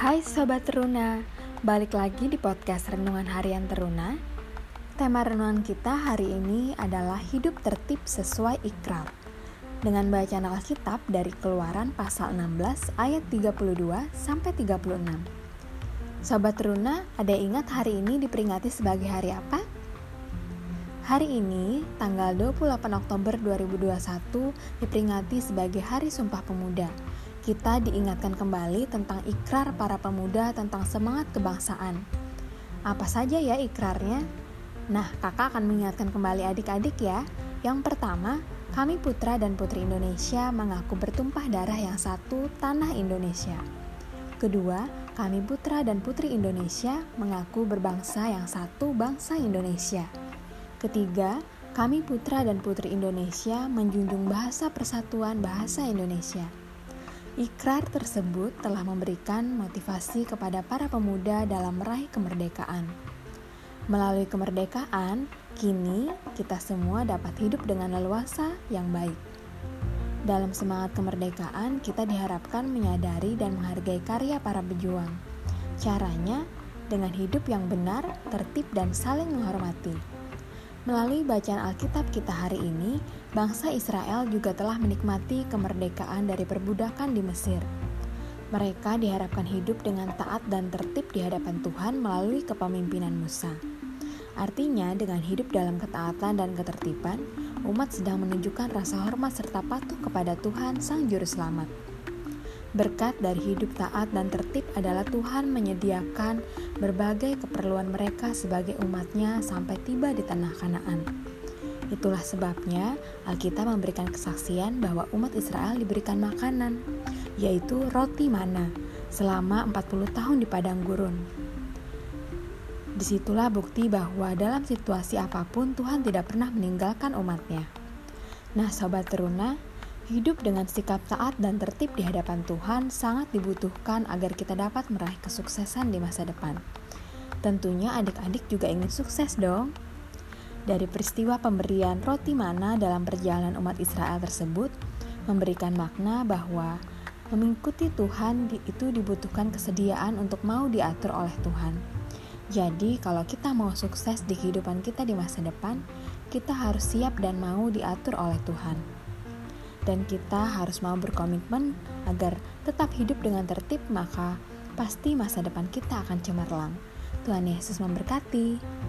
Hai Sobat Teruna, balik lagi di podcast Renungan Harian Teruna. Tema renungan kita hari ini adalah hidup tertib sesuai ikrar. Dengan bacaan Alkitab dari Keluaran pasal 16 ayat 32 sampai 36. Sobat Teruna, ada ingat hari ini diperingati sebagai hari apa? Hari ini, tanggal 28 Oktober 2021, diperingati sebagai Hari Sumpah Pemuda. Kita diingatkan kembali tentang ikrar para pemuda tentang semangat kebangsaan. Apa saja ya ikrarnya? Nah, kakak akan mengingatkan kembali adik-adik ya. Yang pertama, kami putra dan putri Indonesia mengaku bertumpah darah yang satu, tanah Indonesia. Kedua, kami putra dan putri Indonesia mengaku berbangsa yang satu, bangsa Indonesia. Ketiga, kami putra dan putri Indonesia menjunjung bahasa persatuan bahasa Indonesia. Ikrar tersebut telah memberikan motivasi kepada para pemuda dalam meraih kemerdekaan. Melalui kemerdekaan, kini kita semua dapat hidup dengan leluasa yang baik. Dalam semangat kemerdekaan, kita diharapkan menyadari dan menghargai karya para pejuang. Caranya, dengan hidup yang benar, tertib, dan saling menghormati. Melalui bacaan Alkitab kita hari ini, bangsa Israel juga telah menikmati kemerdekaan dari perbudakan di Mesir. Mereka diharapkan hidup dengan taat dan tertib di hadapan Tuhan melalui kepemimpinan Musa. Artinya, dengan hidup dalam ketaatan dan ketertiban, umat sedang menunjukkan rasa hormat serta patuh kepada Tuhan Sang Juru Selamat. Berkat dari hidup taat dan tertib adalah Tuhan menyediakan berbagai keperluan mereka sebagai umatnya sampai tiba di tanah Kanaan. Itulah sebabnya Alkitab memberikan kesaksian bahwa umat Israel diberikan makanan, yaitu roti mana, selama 40 tahun di padang gurun. Disitulah bukti bahwa dalam situasi apapun Tuhan tidak pernah meninggalkan umatnya. Nah Sobat Teruna, hidup dengan sikap taat dan tertib di hadapan Tuhan sangat dibutuhkan agar kita dapat meraih kesuksesan di masa depan. Tentunya adik-adik juga ingin sukses dong. Dari peristiwa pemberian roti mana dalam perjalanan umat Israel tersebut, memberikan makna bahwa mengikuti Tuhan itu dibutuhkan kesediaan untuk mau diatur oleh Tuhan. Jadi kalau kita mau sukses di kehidupan kita di masa depan, kita harus siap dan mau diatur oleh Tuhan. Dan kita harus mau berkomitmen agar tetap hidup dengan tertib, maka pasti masa depan kita akan cemerlang. Tuhan Yesus memberkati.